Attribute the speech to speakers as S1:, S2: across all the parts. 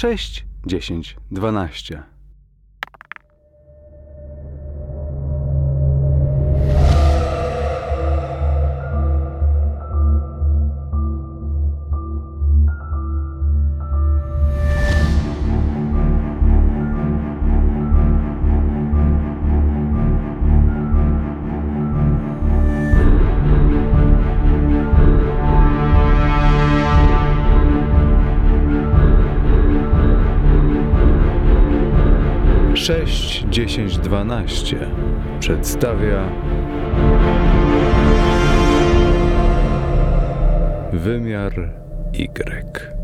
S1: 6, 10, 12. Sześć, 10, 12 przedstawia wymiar Y.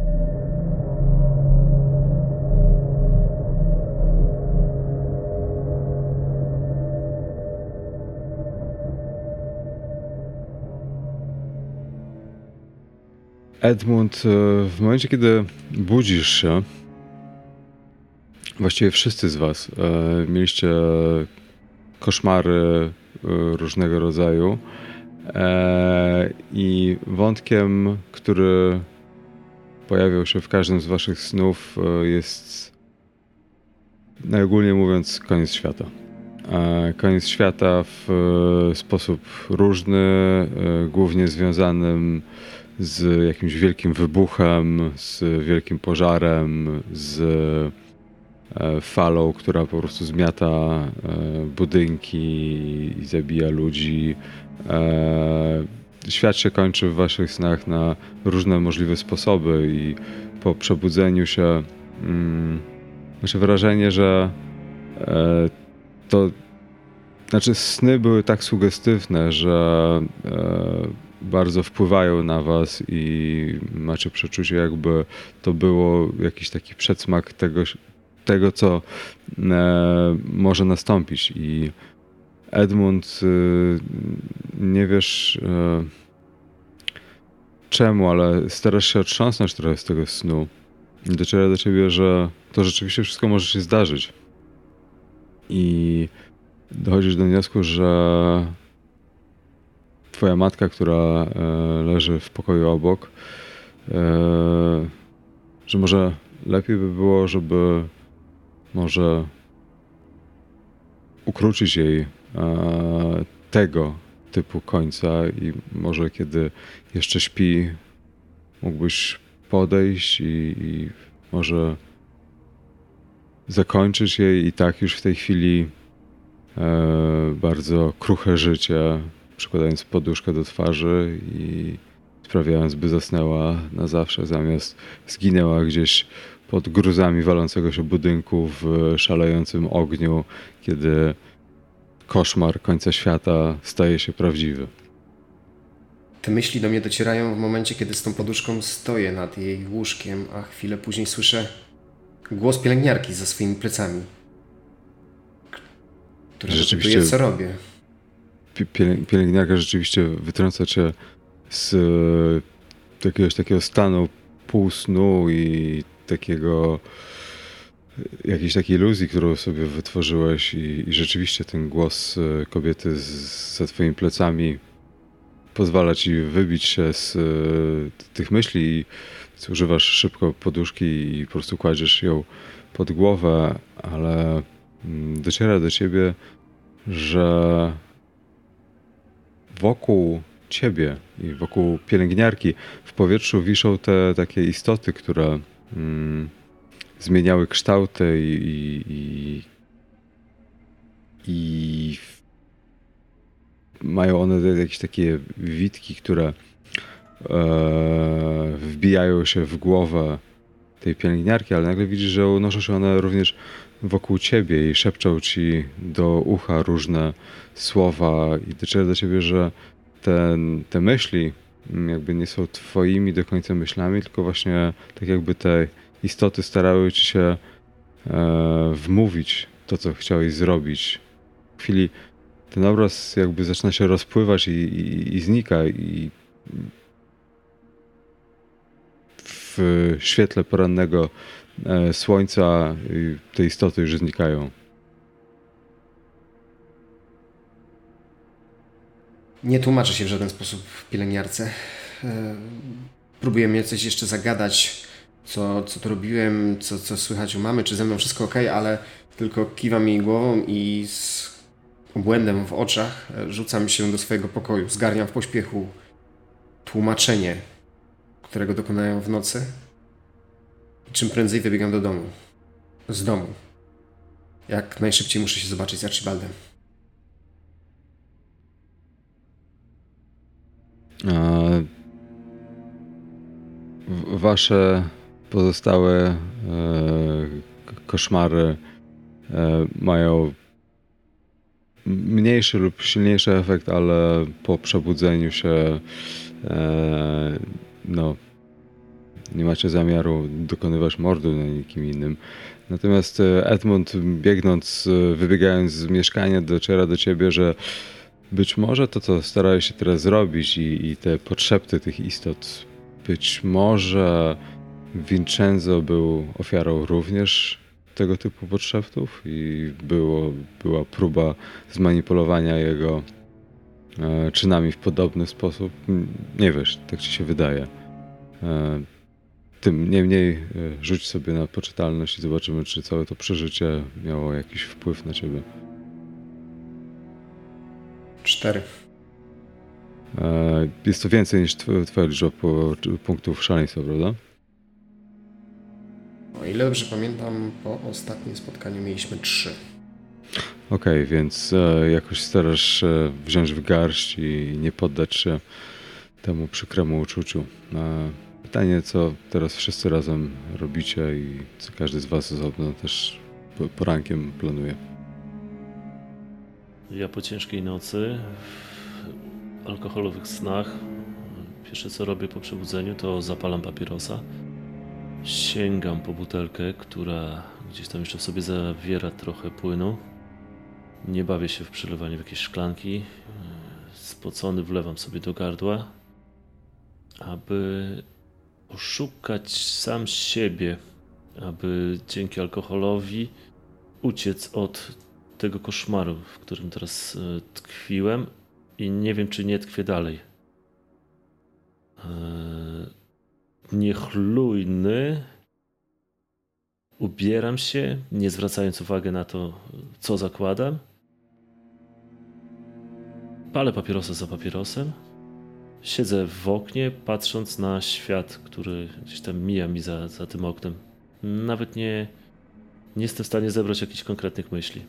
S1: Edmund, w momencie, kiedy budzisz się, właściwie wszyscy z was mieliście koszmary różnego rodzaju i wątkiem, który pojawiał się w każdym z waszych snów, jest najogólniej mówiąc koniec świata. Koniec świata w sposób różny, głównie związanym z jakimś wielkim wybuchem, z wielkim pożarem, z falą, która po prostu zmiata budynki i zabija ludzi. Świat się kończy w waszych snach na różne możliwe sposoby i po przebudzeniu się macie wrażenie, że sny były tak sugestywne, że bardzo wpływają na was i macie przeczucie, jakby to było jakiś taki przedsmak tego, co może nastąpić. I Edmund, nie wiesz czemu, ale starasz się otrząsnąć trochę z tego snu. Dociera do ciebie, że to rzeczywiście wszystko może się zdarzyć. I dochodzisz do wniosku, że twoja matka, która leży w pokoju obok, że może lepiej by było, żeby może ukrócić jej tego typu końca i może kiedy jeszcze śpi, mógłbyś podejść i może zakończyć jej i tak już w tej chwili bardzo kruche życie, przykładając poduszkę do twarzy i sprawiając, by zasnęła na zawsze, zamiast zginęła gdzieś pod gruzami walącego się budynku w szalejącym ogniu, kiedy koszmar końca świata staje się prawdziwy.
S2: Te myśli do mnie docierają w momencie, kiedy z tą poduszką stoję nad jej łóżkiem, a chwilę później słyszę głos pielęgniarki za swoimi plecami, która zapytuje, co robię.
S1: Pielęgniarka rzeczywiście wytrąca cię z jakiegoś takiego stanu półsnu i jakiejś takiej iluzji, którą sobie wytworzyłeś i rzeczywiście ten głos kobiety za twoimi plecami pozwala ci wybić się z tych myśli i używasz szybko poduszki i po prostu kładziesz ją pod głowę, ale dociera do ciebie, że wokół ciebie i wokół pielęgniarki w powietrzu wiszą te takie istoty, które zmieniały kształty i mają one jakieś takie witki, które wbijają się w głowę tej pielęgniarki, ale nagle widzisz, że unoszą się one również wokół ciebie i szepczą ci do ucha różne słowa i dociera do ciebie, że te myśli jakby nie są twoimi do końca myślami, tylko właśnie tak jakby te istoty starały ci się wmówić to, co chciałeś zrobić. W chwili ten obraz jakby zaczyna się rozpływać i znika i w świetle porannego słońca te istoty już znikają.
S2: Nie tłumaczę się w żaden sposób pielęgniarce. Próbuję mnie coś jeszcze zagadać, co to robiłem, co słychać u mamy, czy ze mną wszystko ok, ale tylko kiwam jej głową i z obłędem w oczach rzucam się do swojego pokoju. Zgarniam w pośpiechu tłumaczenie, którego dokonałem w nocy. I czym prędzej wybiegam do domu. Z domu. Jak najszybciej muszę się zobaczyć z Archibaldem.
S1: Wasze pozostałe koszmary mają mniejszy lub silniejszy efekt, ale po przebudzeniu się no, nie macie zamiaru dokonywać mordu na nikim innym. Natomiast Edmund, biegnąc, wybiegając z mieszkania, dociera do ciebie, że być może to, co starałeś się teraz zrobić i te podszepty tych istot, być może Vincenzo był ofiarą również tego typu podszeptów i była próba zmanipulowania jego czynami w podobny sposób. Nie wiesz, tak ci się wydaje. Tym niemniej rzuć sobie na poczytalność i zobaczymy, czy całe to przeżycie miało jakiś wpływ na ciebie.
S2: 4.
S1: Jest to więcej niż twoja liczba punktów szaleństwa, prawda?
S2: O ile dobrze pamiętam, po ostatnim spotkaniu mieliśmy 3.
S1: Okej, więc jakoś starasz się wziąć w garść i nie poddać się temu przykremu uczuciu. Pytanie, co teraz wszyscy razem robicie i co każdy z was osobno też porankiem planuje.
S3: Ja po ciężkiej nocy, w alkoholowych snach, pierwsze co robię po przebudzeniu, to zapalam papierosa. Sięgam po butelkę, która gdzieś tam jeszcze w sobie zawiera trochę płynu. Nie bawię się w przelewanie w jakieś szklanki. Spocony wlewam sobie do gardła, aby oszukać sam siebie, aby dzięki alkoholowi uciec od tego koszmaru, w którym teraz tkwiłem i nie wiem, czy nie tkwię dalej. Niechlujny, ubieram się, nie zwracając uwagi na to, co zakładam. Palę papierosa za papierosem. Siedzę w oknie, patrząc na świat, który gdzieś tam mija mi za tym oknem. Nawet nie jestem w stanie zebrać jakichś konkretnych myśli.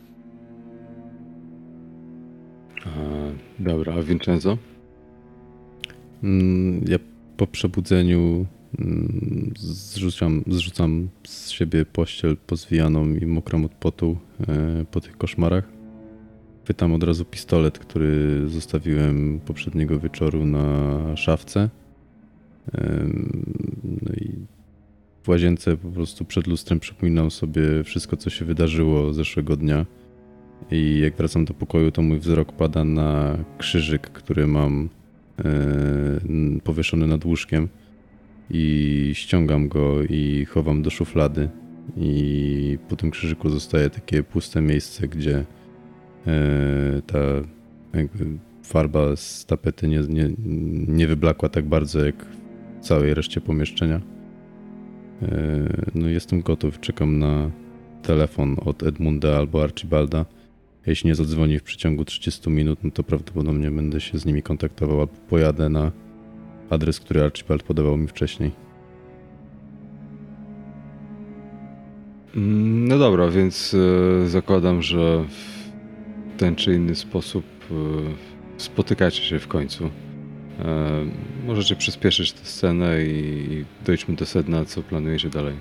S1: Dobra, a Vincenzo?
S4: Ja po przebudzeniu zrzucam z siebie pościel pozwijaną i mokrą od potu po tych koszmarach. Chwytam od razu pistolet, który zostawiłem poprzedniego wieczoru na szafce. No i w łazience po prostu przed lustrem przypominam sobie wszystko, co się wydarzyło zeszłego dnia. I jak wracam do pokoju, to mój wzrok pada na krzyżyk, który mam powieszony nad łóżkiem. I ściągam go i chowam do szuflady. I po tym krzyżyku zostaje takie puste miejsce, gdzie ta jakby farba z tapety nie wyblakła tak bardzo jak w całej reszcie pomieszczenia. No jestem gotów, czekam na telefon od Edmunda albo Archibalda. Jeśli nie zadzwoni w przeciągu 30 minut, no to prawdopodobnie będę się z nimi kontaktował albo pojadę na adres, który Archibald podawał mi wcześniej.
S1: No dobra, więc zakładam, że w ten czy inny sposób spotykacie się w końcu. Możecie przyspieszyć tę scenę i dojdźmy do sedna, co planujecie dalej.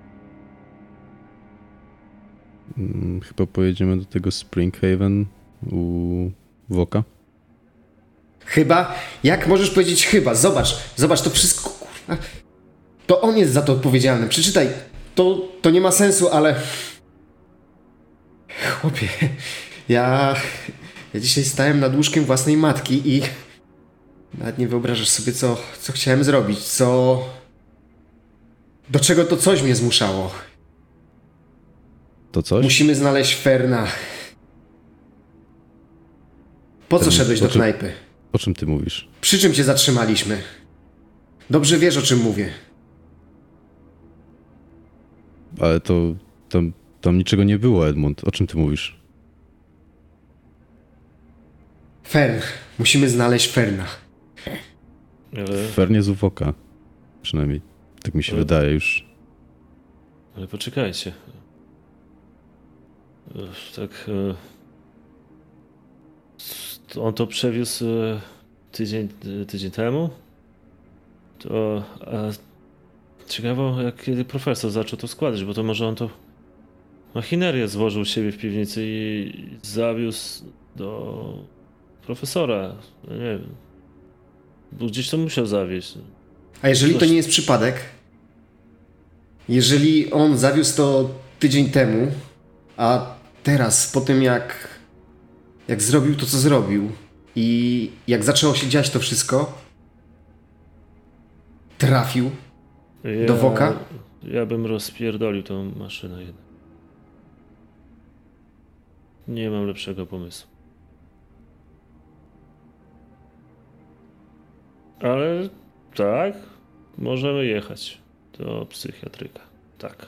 S4: Chyba pojedziemy do tego Springhaven u Woka.
S2: Chyba? Jak możesz powiedzieć chyba? Zobacz, to wszystko, kurwa. To on jest za to odpowiedzialny. Przeczytaj. To nie ma sensu, ale... Chłopie, ja dzisiaj stałem nad łóżkiem własnej matki i... Nawet nie wyobrażasz sobie, co chciałem zrobić, do czego to coś mnie zmuszało.
S4: To coś?
S2: Musimy znaleźć Ferna. Po co szedłeś do knajpy?
S4: O czym ty mówisz?
S2: Przy czym cię zatrzymaliśmy? Dobrze wiesz, o czym mówię.
S4: Ale to tam niczego nie było, Edmund. O czym ty mówisz?
S2: Fern. Musimy znaleźć Ferna.
S3: Ale,
S4: Fern jest u Woka. Przynajmniej tak mi się wydaje już.
S3: ale poczekajcie. Tak. On to przewiózł tydzień temu. To. Ciekawe, jak kiedy profesor zaczął to składać, bo to może on to machinerię złożył u siebie w piwnicy i zawiózł do profesora. No nie wiem. Bo gdzieś to musiał zawieźć.
S2: A jeżeli to nie jest przypadek? Jeżeli on zawiózł to tydzień temu, a teraz, po tym jak zrobił to, co zrobił i jak zaczęło się dziać to wszystko, trafił do Woka?
S3: Ja bym rozpierdolił tą maszynę jednak. Nie mam lepszego pomysłu. Ale tak, możemy jechać do psychiatryka. Tak.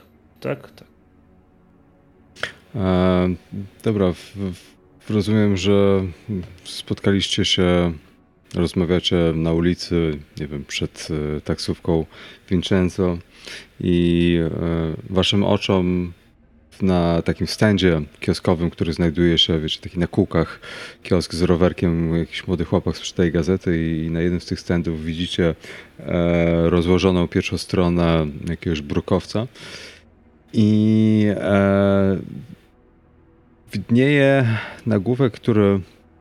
S1: Dobra, rozumiem, że spotkaliście się, rozmawiacie na ulicy, nie wiem, przed taksówką Vincenzo i waszym oczom na takim standzie kioskowym, który znajduje się, wiecie, taki na kółkach, kiosk z rowerkiem, jakiś młody chłopak sprzedaje gazety i na jednym z tych standów widzicie rozłożoną pierwszą stronę jakiegoś brukowca i widnieje nagłówek, który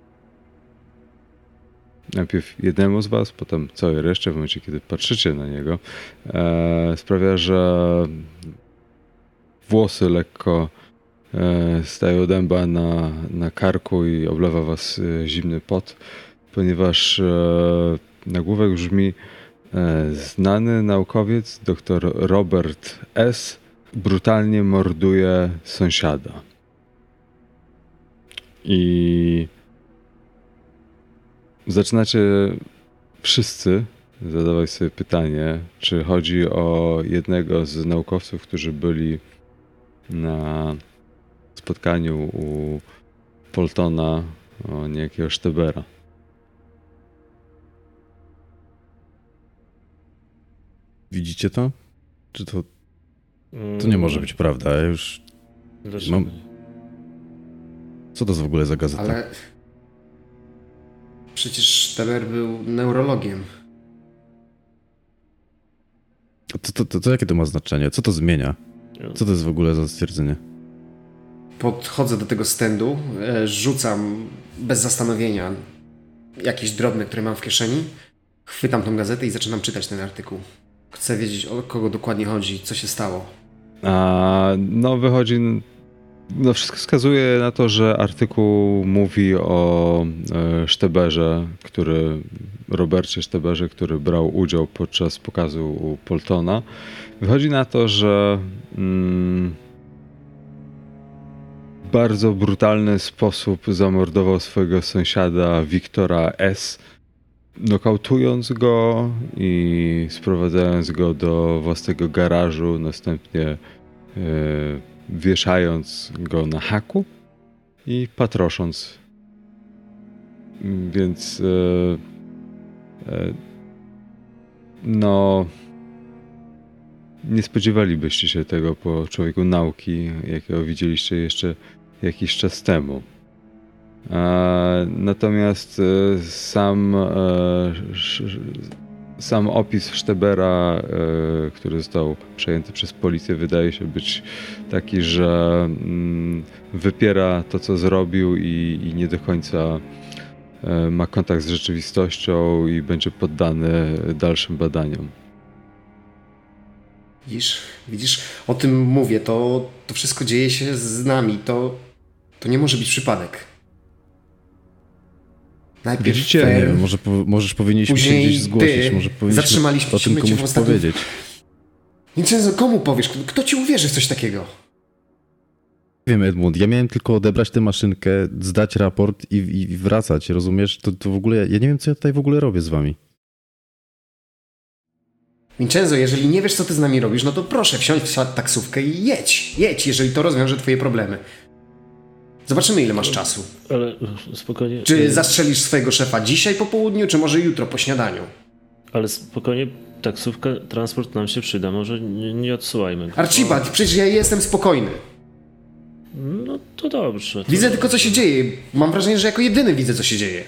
S1: najpierw jednemu z was, potem całej reszcie, w momencie kiedy patrzycie na niego, sprawia, że włosy lekko stają dęba na karku i oblewa was zimny pot, ponieważ nagłówek brzmi: znany naukowiec dr Robert S. brutalnie morduje sąsiada. I zaczynacie wszyscy zadawać sobie pytanie, czy chodzi o jednego z naukowców, którzy byli na spotkaniu u Poltona, o niejakiego Sztebera.
S4: Widzicie to? Czy to nie może być prawda? Ja już
S3: Dlaczego?
S4: Co to jest w ogóle za gazeta?
S2: Ale przecież Szteber był neurologiem.
S4: To jakie to ma znaczenie? Co to zmienia? Co to jest w ogóle za stwierdzenie?
S2: Podchodzę do tego standu, rzucam bez zastanowienia jakieś drobne, które mam w kieszeni, chwytam tą gazetę i zaczynam czytać ten artykuł. Chcę wiedzieć, o kogo dokładnie chodzi, co się stało.
S1: No wychodzi, no wszystko wskazuje na to, że artykuł mówi o Szteberze, Robercie Szteberze, który brał udział podczas pokazu u Poltona. Wychodzi na to, że bardzo brutalny sposób zamordował swojego sąsiada Wiktora S., nokautując go i sprowadzając go do własnego garażu, następnie wieszając go na haku i patrosząc. Więc no nie spodziewalibyście się tego po człowieku nauki, jakiego widzieliście jeszcze jakiś czas temu. Natomiast sam opis Sztebera, który został przejęty przez policję, wydaje się być taki, że wypiera to, co zrobił i nie do końca ma kontakt z rzeczywistością i będzie poddany dalszym badaniom.
S2: Widzisz, o tym mówię, to wszystko dzieje się z nami, to nie może być przypadek. Najpierw
S1: Widzicie,
S4: Nie wiem, możesz powinniśmy się
S2: później
S4: gdzieś zgłosić,
S2: ty.
S4: może powinniśmy
S2: Zatrzymaliśmy
S4: o tym
S2: cię w
S4: komuś
S2: ostatnim-
S4: powiedzieć.
S2: Vincenzo, komu powiesz? Kto ci uwierzy w coś takiego?
S4: Nie wiem, Edmund, ja miałem tylko odebrać tę maszynkę, zdać raport i wracać, rozumiesz? To w ogóle, ja nie wiem, co ja tutaj w ogóle robię z wami.
S2: Vincenzo, jeżeli nie wiesz, co ty z nami robisz, no to proszę, wsiądź w taksówkę i jedź, jeżeli to rozwiąże twoje problemy. Zobaczymy, ile masz czasu.
S3: Ale spokojnie.
S2: Czy zastrzelisz swojego szefa dzisiaj po południu, czy może jutro po śniadaniu?
S3: Ale spokojnie, taksówka, transport nam się przyda, może nie odsyłajmy go.
S2: Archibald, przecież ja jestem spokojny.
S3: No to dobrze.
S2: Widzę tylko, co się dzieje. Mam wrażenie, że jako jedyny widzę, co się dzieje.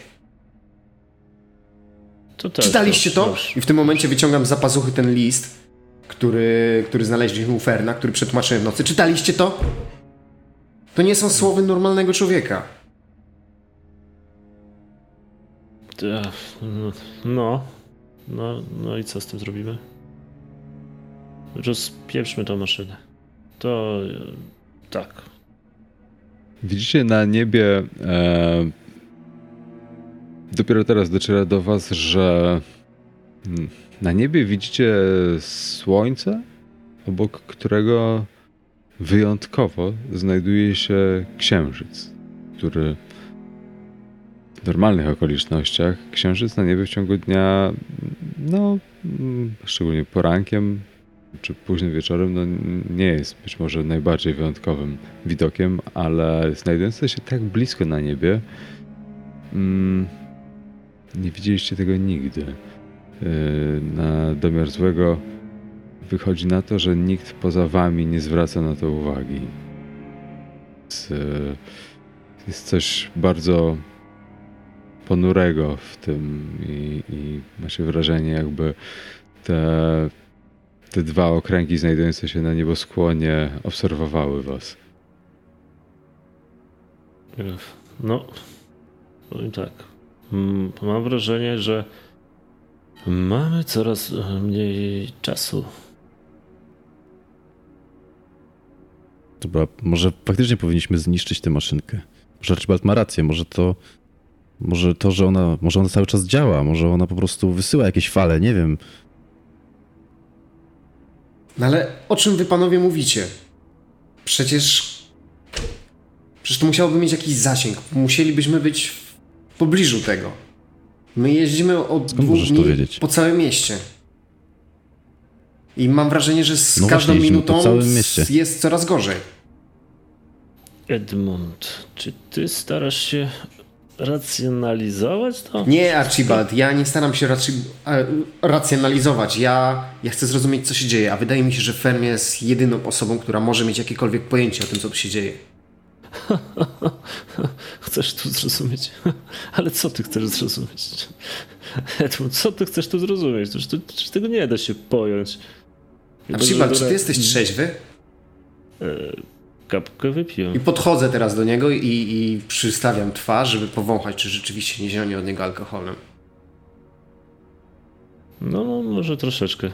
S3: To też,
S2: Czytaliście to?
S3: dobrze.
S2: I w tym momencie wyciągam z zapazuchy ten list, który znaleźliśmy u Ferna, który przetłumaczyłem w nocy. Czytaliście to? To nie są słowy normalnego człowieka.
S3: No i co z tym zrobimy? Rozpieprzmy tą maszynę. To tak.
S1: Widzicie na niebie, dopiero teraz dociera do was, że na niebie widzicie słońce, obok którego wyjątkowo znajduje się księżyc, który w normalnych okolicznościach księżyc na niebie w ciągu dnia, szczególnie porankiem czy późnym wieczorem, nie jest być może najbardziej wyjątkowym widokiem, ale znajdujący się tak blisko na niebie, nie widzieliście tego nigdy. Na domiar złego wychodzi na to, że nikt poza wami nie zwraca na to uwagi. Jest coś bardzo ponurego w tym i ma się wrażenie, jakby te dwa okręgi znajdujące się na nieboskłonie obserwowały was.
S3: No, powiem tak. Mam wrażenie, że mamy coraz mniej czasu.
S4: Dobra, może faktycznie powinniśmy zniszczyć tę maszynkę. Może Archibald ma rację, może to, że ona cały czas działa, może ona po prostu wysyła jakieś fale, nie wiem.
S2: No ale o czym wy panowie mówicie? Przecież to musiałoby mieć jakiś zasięg. Musielibyśmy być w pobliżu tego. My jeździmy od
S4: Skąd
S2: 2
S4: możesz to
S2: dni
S4: wiedzieć?
S2: po całym mieście. I mam wrażenie, że z
S4: No
S2: każdą
S4: właśnie, jeździmy
S2: minutą
S4: po całym mieście.
S2: jest coraz gorzej.
S3: Edmund, czy ty starasz się racjonalizować to?
S2: Nie, Archibald, ja nie staram się racjonalizować. Ja chcę zrozumieć, co się dzieje, a wydaje mi się, że Ferm jest jedyną osobą, która może mieć jakiekolwiek pojęcie o tym, co tu się dzieje.
S3: Chcesz tu zrozumieć? Ale co ty chcesz zrozumieć? Edmund, co ty chcesz tu zrozumieć? Przecież tego nie da się pojąć.
S2: Archibald, czy ty jesteś trzeźwy?
S3: Kapkę wypiłem.
S2: I podchodzę teraz do niego i przystawiam twarz, żeby powąchać, czy rzeczywiście nie zionie od niego alkoholem.
S3: No, może troszeczkę.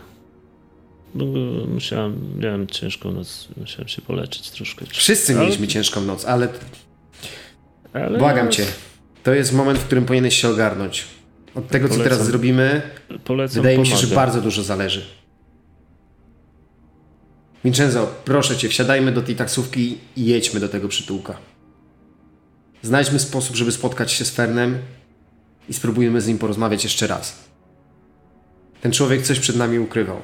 S3: Miałem ciężką noc, musiałem się poleczyć troszkę.
S2: Wszyscy mieliśmy ciężką noc, ale błagam cię. To jest moment, w którym powinieneś się ogarnąć. Od tego, co teraz zrobimy, wydaje mi się, że bardzo dużo zależy. Vincenzo, proszę cię, wsiadajmy do tej taksówki i jedźmy do tego przytułka. Znajdźmy sposób, żeby spotkać się z Fernem i spróbujmy z nim porozmawiać jeszcze raz. Ten człowiek coś przed nami ukrywał.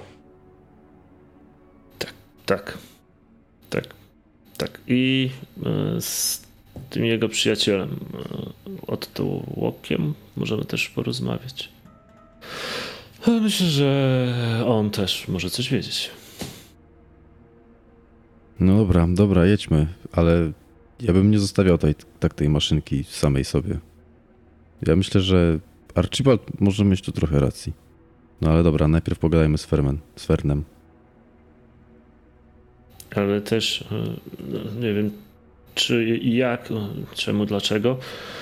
S3: Tak. I z tym jego przyjacielem, Otto Walkiem, możemy też porozmawiać. Myślę, że on też może coś wiedzieć.
S4: No dobra, jedźmy, ale ja bym nie zostawiał tej maszynki samej sobie. Ja myślę, że Archibald może mieć tu trochę racji. No ale dobra, najpierw pogadajmy z Fernem.
S3: Ale też nie wiem, czy i jak, czemu, dlaczego.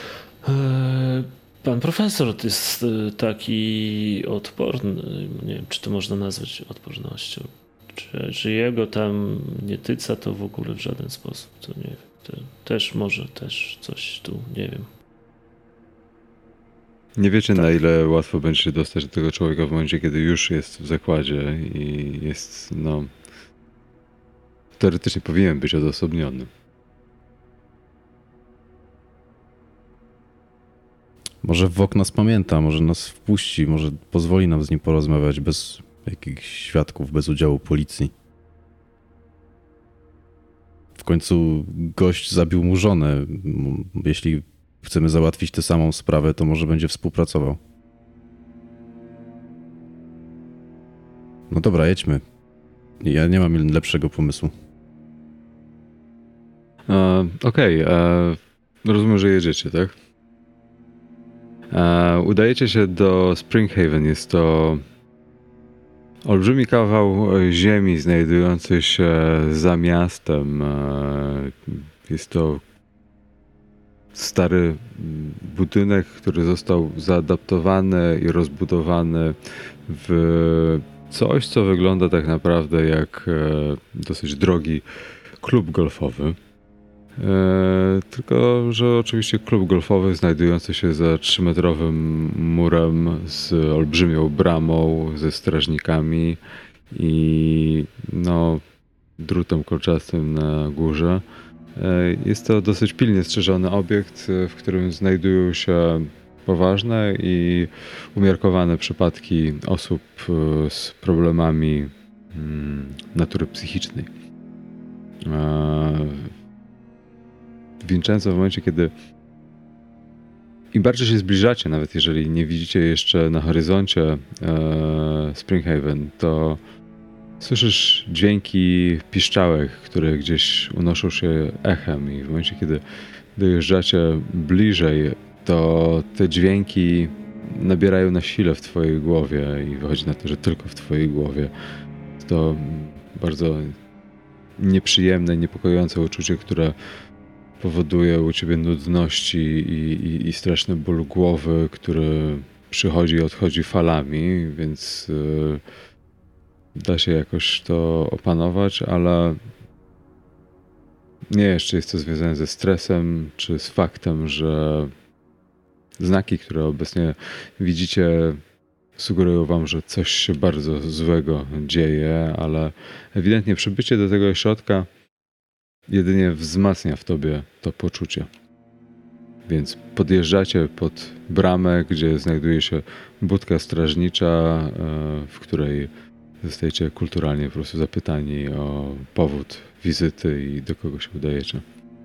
S3: Pan profesor jest taki odporny. Nie wiem, czy to można nazwać odpornością. Czy jego tam nie tyca to w ogóle w żaden sposób. To nie wiem. Też może też coś tu, nie wiem.
S1: Nie wiecie, na ile łatwo będzie się dostać do tego człowieka w momencie, kiedy już jest w zakładzie i jest, teoretycznie powinien być odosobniony.
S4: Może Wok nas pamięta, może nas wpuści, może pozwoli nam z nim porozmawiać jakichś świadków bez udziału policji. W końcu gość zabił mu żonę. Jeśli chcemy załatwić tę samą sprawę, to może będzie współpracował. No dobra, jedźmy. Ja nie mam lepszego pomysłu.
S1: Okej, rozumiem, że jedziecie, tak? Udajecie się do Springhaven. Jest to olbrzymi kawał ziemi znajdujący się za miastem. Jest to stary budynek, który został zaadaptowany i rozbudowany w coś, co wygląda tak naprawdę jak dosyć drogi klub golfowy. Tylko że oczywiście klub golfowy znajdujący się za 3-metrowym murem z olbrzymią bramą, ze strażnikami i drutem kolczastym na górze. Jest to dosyć pilnie strzeżony obiekt, w którym znajdują się poważne i umiarkowane przypadki osób z problemami natury psychicznej. Vincenzo, w momencie, kiedy im bardziej się zbliżacie, nawet jeżeli nie widzicie jeszcze na horyzoncie Springhaven, to słyszysz dźwięki piszczałek, które gdzieś unoszą się echem i w momencie, kiedy dojeżdżacie bliżej, to te dźwięki nabierają na sile w twojej głowie i wychodzi na to, że tylko w twojej głowie. To bardzo nieprzyjemne, niepokojące uczucie, które powoduje u ciebie nudności i straszny ból głowy, który przychodzi i odchodzi falami, więc da się jakoś to opanować, ale nie jeszcze jest to związane ze stresem, czy z faktem, że znaki, które obecnie widzicie, sugerują wam, że coś się bardzo złego dzieje, ale ewidentnie przybycie do tego ośrodka jedynie wzmacnia w tobie to poczucie. Więc podjeżdżacie pod bramę, gdzie znajduje się budka strażnicza, w której zostajecie kulturalnie po prostu zapytani o powód wizyty i do kogo się udajecie.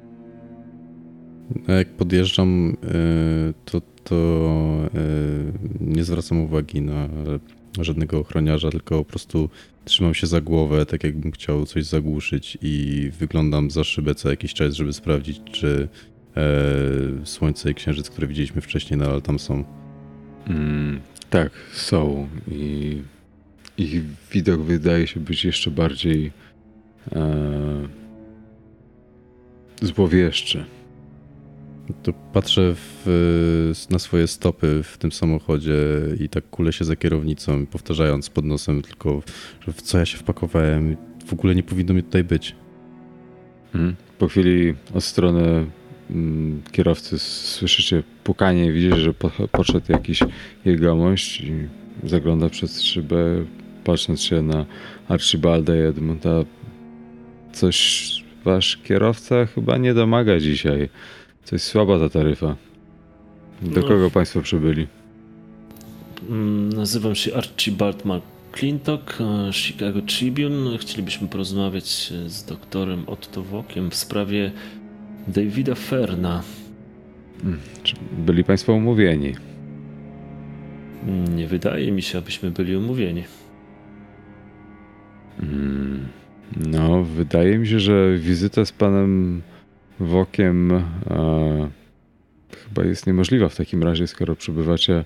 S4: A jak podjeżdżam, to nie zwracam uwagi na żadnego ochroniarza, tylko po prostu trzymam się za głowę, tak jakbym chciał coś zagłuszyć i wyglądam za szybę co jakiś czas, żeby sprawdzić, czy słońce i księżyc, które widzieliśmy wcześniej nadal tam są.
S1: Tak, są i ich widok wydaje się być jeszcze bardziej złowieszczy.
S4: To patrzę na swoje stopy w tym samochodzie i tak kulę się za kierownicą, powtarzając pod nosem tylko, że w co ja się wpakowałem, w ogóle nie powinno mnie tutaj być.
S1: Po chwili od strony kierowcy słyszycie pukanie i widzicie, że podszedł jakiś jegomość i zagląda przez szybę, patrząc się na Archibalda i Edmunda. Coś wasz kierowca chyba nie domaga dzisiaj. Coś słaba ta taryfa. Do kogo państwo przybyli?
S3: Nazywam się Archibald McClintock, Chicago Tribune. Chcielibyśmy porozmawiać z doktorem Otto Wokiem w sprawie Davida Ferna.
S1: Czy byli państwo umówieni?
S3: Nie wydaje mi się, abyśmy byli umówieni.
S1: No, wydaje mi się, że wizyta z panem Wokiem chyba jest niemożliwa w takim razie, skoro przybywacie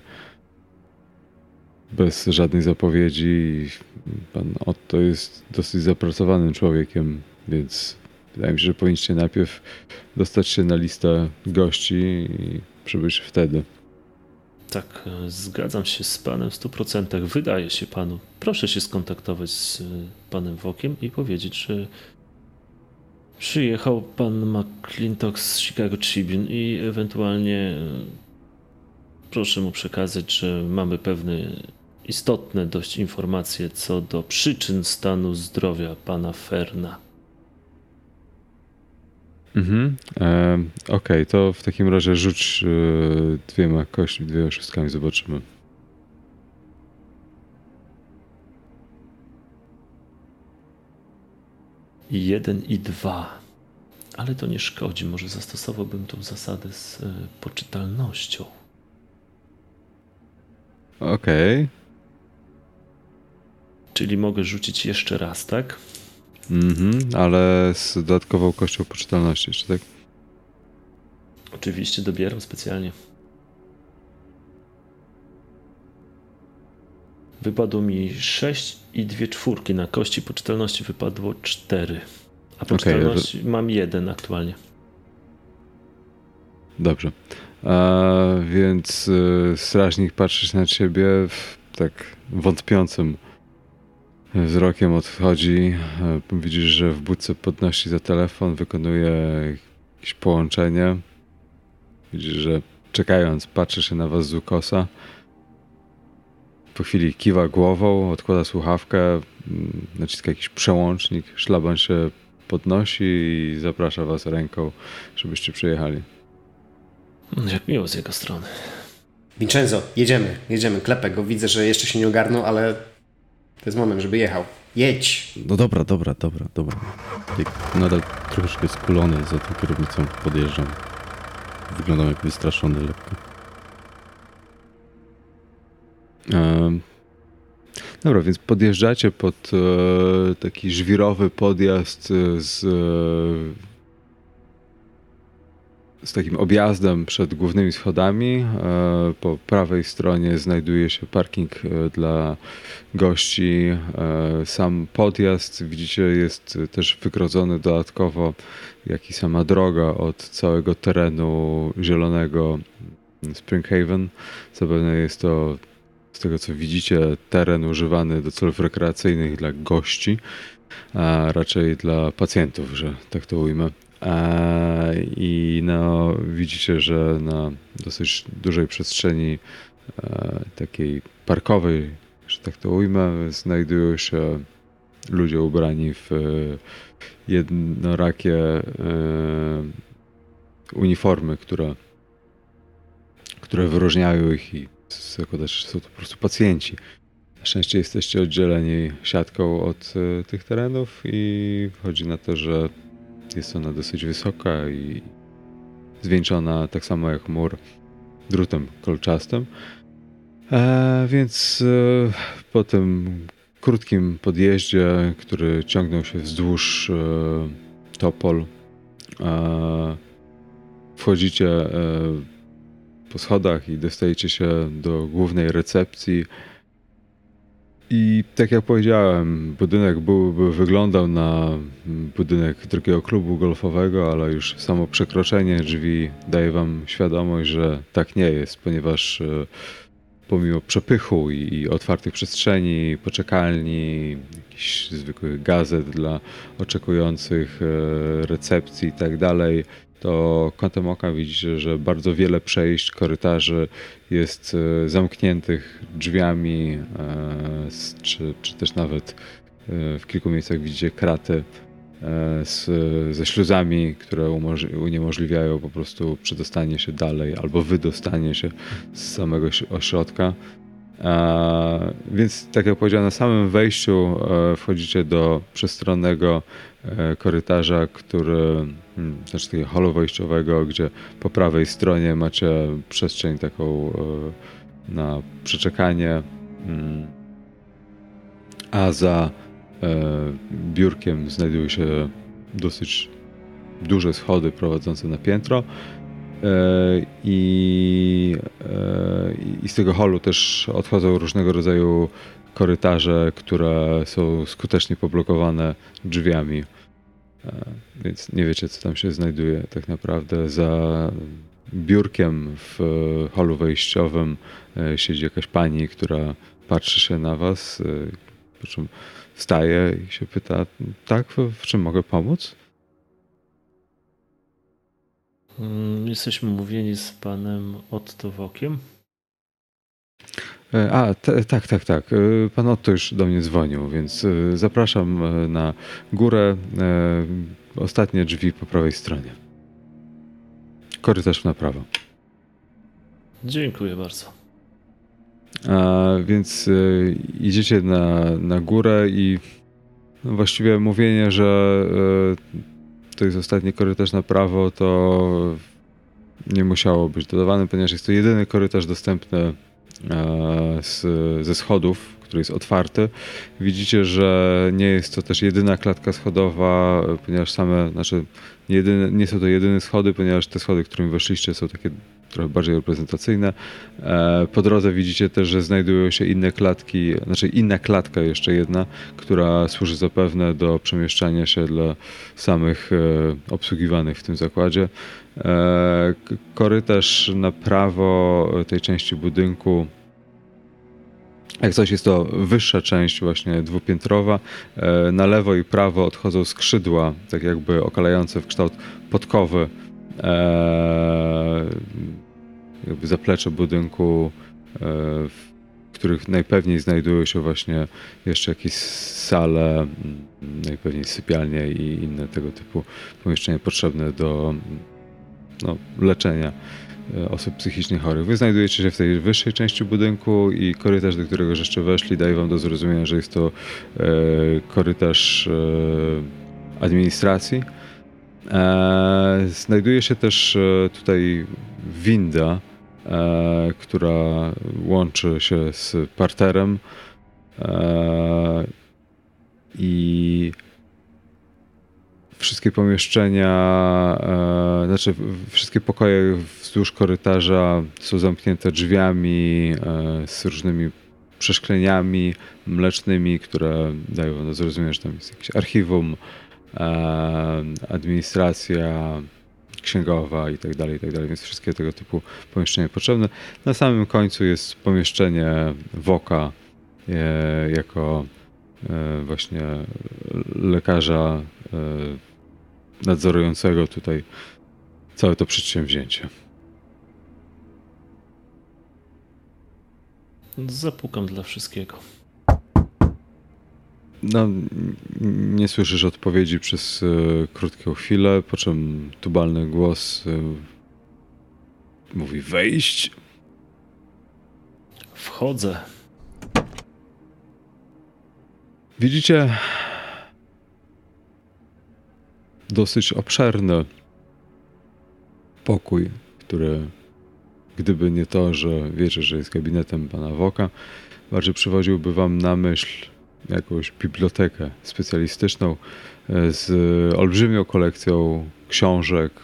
S1: bez żadnej zapowiedzi i pan Otto jest dosyć zapracowanym człowiekiem, więc wydaje mi się, że powinniście najpierw dostać się na listę gości i przybyć wtedy.
S3: Tak, zgadzam się z panem w 100%. Wydaje się panu. Proszę się skontaktować z panem Wokiem i powiedzieć, że przyjechał pan McClintock z Chicago Tribune i ewentualnie proszę mu przekazać, że mamy pewne istotne dość informacje co do przyczyn stanu zdrowia pana Ferna.
S1: Okej, to w takim razie rzuć dwiema szóstkami, zobaczymy.
S3: I 1 i 2. Ale to nie szkodzi. Może zastosowałbym tą zasadę z poczytalnością.
S1: Okej.
S3: Czyli mogę rzucić jeszcze raz, tak?
S1: Ale z dodatkową kością poczytalności jeszcze, tak?
S3: Oczywiście dobieram specjalnie. Wypadło mi 6 i 2 czwórki. Na kości poczytalności wypadło 4. A poczytalności mam 1 aktualnie.
S1: Dobrze. Więc strażnik patrzysz na ciebie tak wątpiącym wzrokiem odchodzi. Widzisz, że w budce podnosi za telefon, wykonuje jakieś połączenie. Widzisz, że czekając patrzy się na was z ukosa. Po chwili kiwa głową, odkłada słuchawkę, naciska jakiś przełącznik, szlaban się podnosi i zaprasza was ręką, żebyście przyjechali.
S3: Jak miło z jego strony.
S2: Vincenzo, jedziemy, klepę go. Widzę, że jeszcze się nie ogarnął, ale to jest moment, żeby jechał. Jedź!
S4: No dobra. Jak nadal troszeczkę skulony za tą kierownicą podjeżdżam. Wyglądam jak wystraszony lekko.
S1: Dobra, więc podjeżdżacie pod taki żwirowy podjazd z takim objazdem przed głównymi schodami. Po prawej stronie znajduje się parking dla gości. Sam podjazd, widzicie, jest też wygrodzony dodatkowo, jak i sama droga od całego terenu zielonego Springhaven. Zapewne jest to, z tego co widzicie, teren używany do celów rekreacyjnych dla gości, a raczej dla pacjentów, że tak to ujmę. I no, widzicie, że na dosyć dużej przestrzeni takiej parkowej, że tak to ujmę, znajdują się ludzie ubrani w jednorakie uniformy, które wyróżniają ich i zakładać, że są to po prostu pacjenci. Na szczęście jesteście oddzieleni siatką od tych terenów i wychodzi na to, że jest ona dosyć wysoka i zwieńczona tak samo jak mur drutem kolczastym. Więc po tym krótkim podjeździe, który ciągnął się wzdłuż topol, wchodzicie po schodach i dostajecie się do głównej recepcji. I tak jak powiedziałem, budynek wyglądał na budynek drugiego klubu golfowego, ale już samo przekroczenie drzwi daje wam świadomość, że tak nie jest, ponieważ pomimo przepychu i otwartych przestrzeni, poczekalni, jakichś zwykłych gazet dla oczekujących, recepcji i tak dalej, to kątem oka widzicie, że bardzo wiele przejść, korytarzy jest zamkniętych drzwiami, czy też nawet w kilku miejscach widzicie kraty ze śluzami, które uniemożliwiają po prostu przedostanie się dalej albo wydostanie się z samego ośrodka. Więc tak jak powiedziałem, na samym wejściu wchodzicie do przestronnego korytarza, znaczy takiego holu wejściowego, gdzie po prawej stronie macie przestrzeń taką na przeczekanie, a za biurkiem znajdują się dosyć duże schody prowadzące na piętro. I z tego holu też odchodzą różnego rodzaju korytarze, które są skutecznie poblokowane drzwiami. Więc nie wiecie, co tam się znajduje tak naprawdę. Za biurkiem w holu wejściowym siedzi jakaś pani, która patrzy się na was, po czym wstaje i się pyta, tak, w czym mogę pomóc?
S3: Jesteśmy umówieni z panem Otto Wokiem.
S1: Tak. Pan Otto już do mnie dzwonił, więc zapraszam na górę. Ostatnie drzwi po prawej stronie. Korytarz na prawo.
S3: Dziękuję bardzo.
S1: Więc idziecie na górę i No właściwie mówienie, że to jest ostatni korytarz na prawo, to nie musiało być dodawane, ponieważ jest to jedyny korytarz dostępny ze schodów, który jest otwarty. Widzicie, że nie jest to też jedyna klatka schodowa, ponieważ nie są to jedyne schody, ponieważ te schody, którymi weszliście, są takie trochę bardziej reprezentacyjne. Po drodze widzicie też, że znajdują się inne klatki, znaczy inna klatka jeszcze jedna, która służy zapewne do przemieszczania się dla samych obsługiwanych w tym zakładzie. Korytarz na prawo tej części budynku, jak coś, jest to wyższa część, właśnie dwupiętrowa. Na lewo i prawo odchodzą skrzydła, tak jakby okalające w kształt podkowy, jakby zaplecze budynku, w których najpewniej znajdują się właśnie jeszcze jakieś sale, najpewniej sypialnie i inne tego typu pomieszczenia potrzebne do leczenia osób psychicznie chorych. Wy znajdujecie się w tej wyższej części budynku i korytarz, do którego jeszcze weszli, daje wam do zrozumienia, że jest to korytarz administracji. Znajduje się też tutaj winda, która łączy się z parterem i wszystkie pomieszczenia, wszystkie pokoje wzdłuż korytarza są zamknięte drzwiami z różnymi przeszkleniami mlecznymi, które dają wam do zrozumienia, że tam jest jakieś archiwum, administracja księgowa i tak dalej, więc wszystkie tego typu pomieszczenia potrzebne. Na samym końcu jest pomieszczenie Woka jako właśnie lekarza nadzorującego tutaj całe to przedsięwzięcie.
S3: Zapukam dla wszystkiego.
S1: No, nie słyszysz odpowiedzi przez krótką chwilę, po czym tubalny głos mówi: wejść.
S3: Wchodzę.
S1: Widzicie dosyć obszerny pokój, który, gdyby nie to, że wiecie, że jest gabinetem pana Woka, bardziej przywodziłby wam na myśl jakąś bibliotekę specjalistyczną z olbrzymią kolekcją książek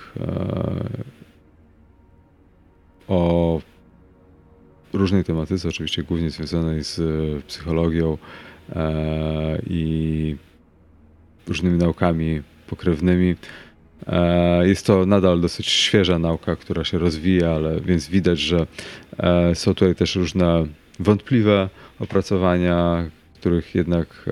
S1: o różnej tematyce, oczywiście głównie związanej z psychologią i różnymi naukami pokrewnymi. Jest to nadal dosyć świeża nauka, która się rozwija, więc widać, że są tutaj też różne wątpliwe opracowania, których jednak,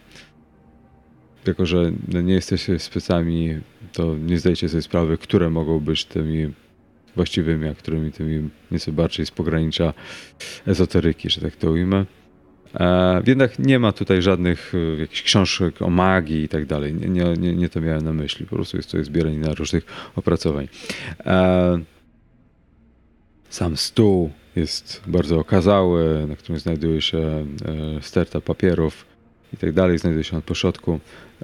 S1: jako że nie jesteście specami, to nie zdajecie sobie sprawy, które mogą być tymi właściwymi, a którymi tymi nieco bardziej z pogranicza ezoteryki, że tak to ujmę. Jednak nie ma tutaj żadnych jakichś książek o magii i tak dalej. Nie to miałem na myśli. Po prostu jest to zbieranina różnych opracowań. Sam stół jest bardzo okazały, na którym znajduje się sterta papierów i tak dalej. Znajduje się on po środku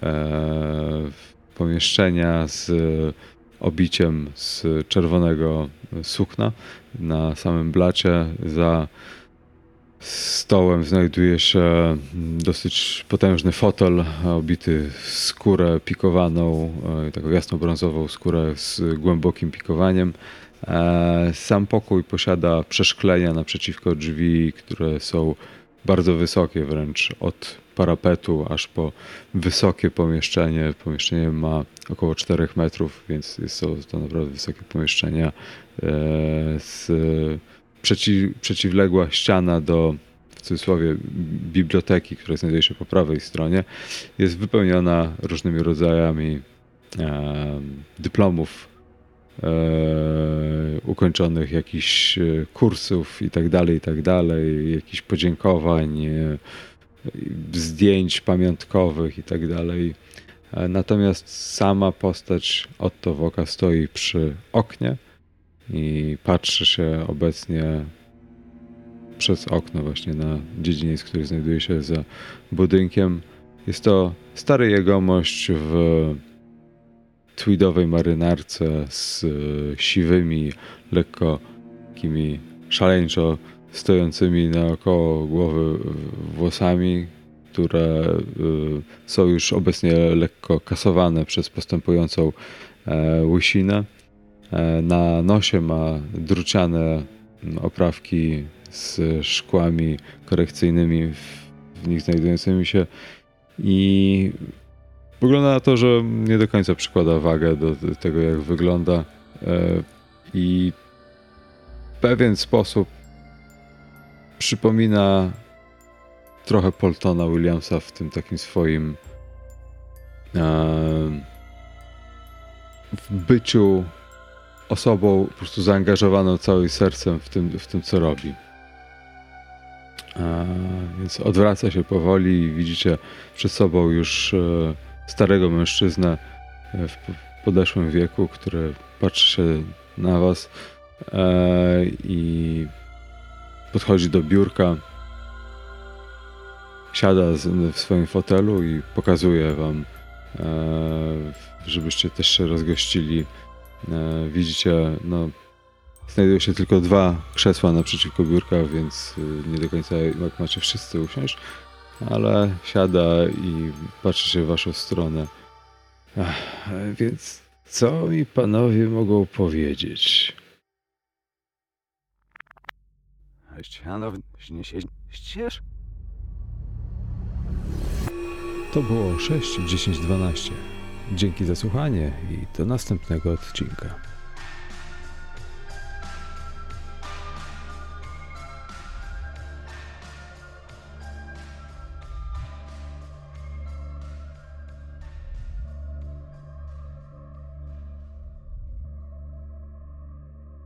S1: pomieszczenia z obiciem z czerwonego sukna. Na samym blacie za stołem znajduje się dosyć potężny fotel obity w skórę pikowaną, taką jasno-brązową skórę z głębokim pikowaniem. Sam pokój posiada przeszklenia naprzeciwko drzwi, które są bardzo wysokie, wręcz od parapetu aż po wysokie pomieszczenie. Pomieszczenie ma około 4 metrów, więc są to naprawdę wysokie pomieszczenia. Przeciwległa ściana do, w cudzysłowie, biblioteki, która znajduje się po prawej stronie, jest wypełniona różnymi rodzajami dyplomów, ukończonych jakichś kursów i tak dalej, jakichś podziękowań, zdjęć pamiątkowych i tak dalej. Natomiast sama postać Otto Woka stoi przy oknie i patrzy się obecnie przez okno właśnie na dziedziniec, który znajduje się za budynkiem. Jest to stary jegomość w tweedowej marynarce z siwymi, lekko takimi szaleńczo stojącymi naokoło głowy włosami, które są już obecnie lekko kasowane przez postępującą łysinę. Na nosie ma druciane oprawki z szkłami korekcyjnymi w nich znajdującymi się i wygląda na to, że nie do końca przykłada wagę do tego, jak wygląda i w pewien sposób przypomina trochę Poltona Williamsa w tym takim swoim w byciu osobą po prostu zaangażowaną całym sercem w tym co robi. Więc odwraca się powoli i widzicie przed sobą już starego mężczyznę w podeszłym wieku, który patrzy się na was i podchodzi do biurka, siada w swoim fotelu i pokazuje wam, żebyście też się rozgościli. Widzicie, no, znajdują się tylko 2 krzesła naprzeciwko biurka, więc nie do końca jak macie wszyscy usiąść, ale siada i patrzy się w waszą stronę. Więc co mi panowie mogą powiedzieć? To było 6, 10, 12. Dzięki za słuchanie i do następnego odcinka.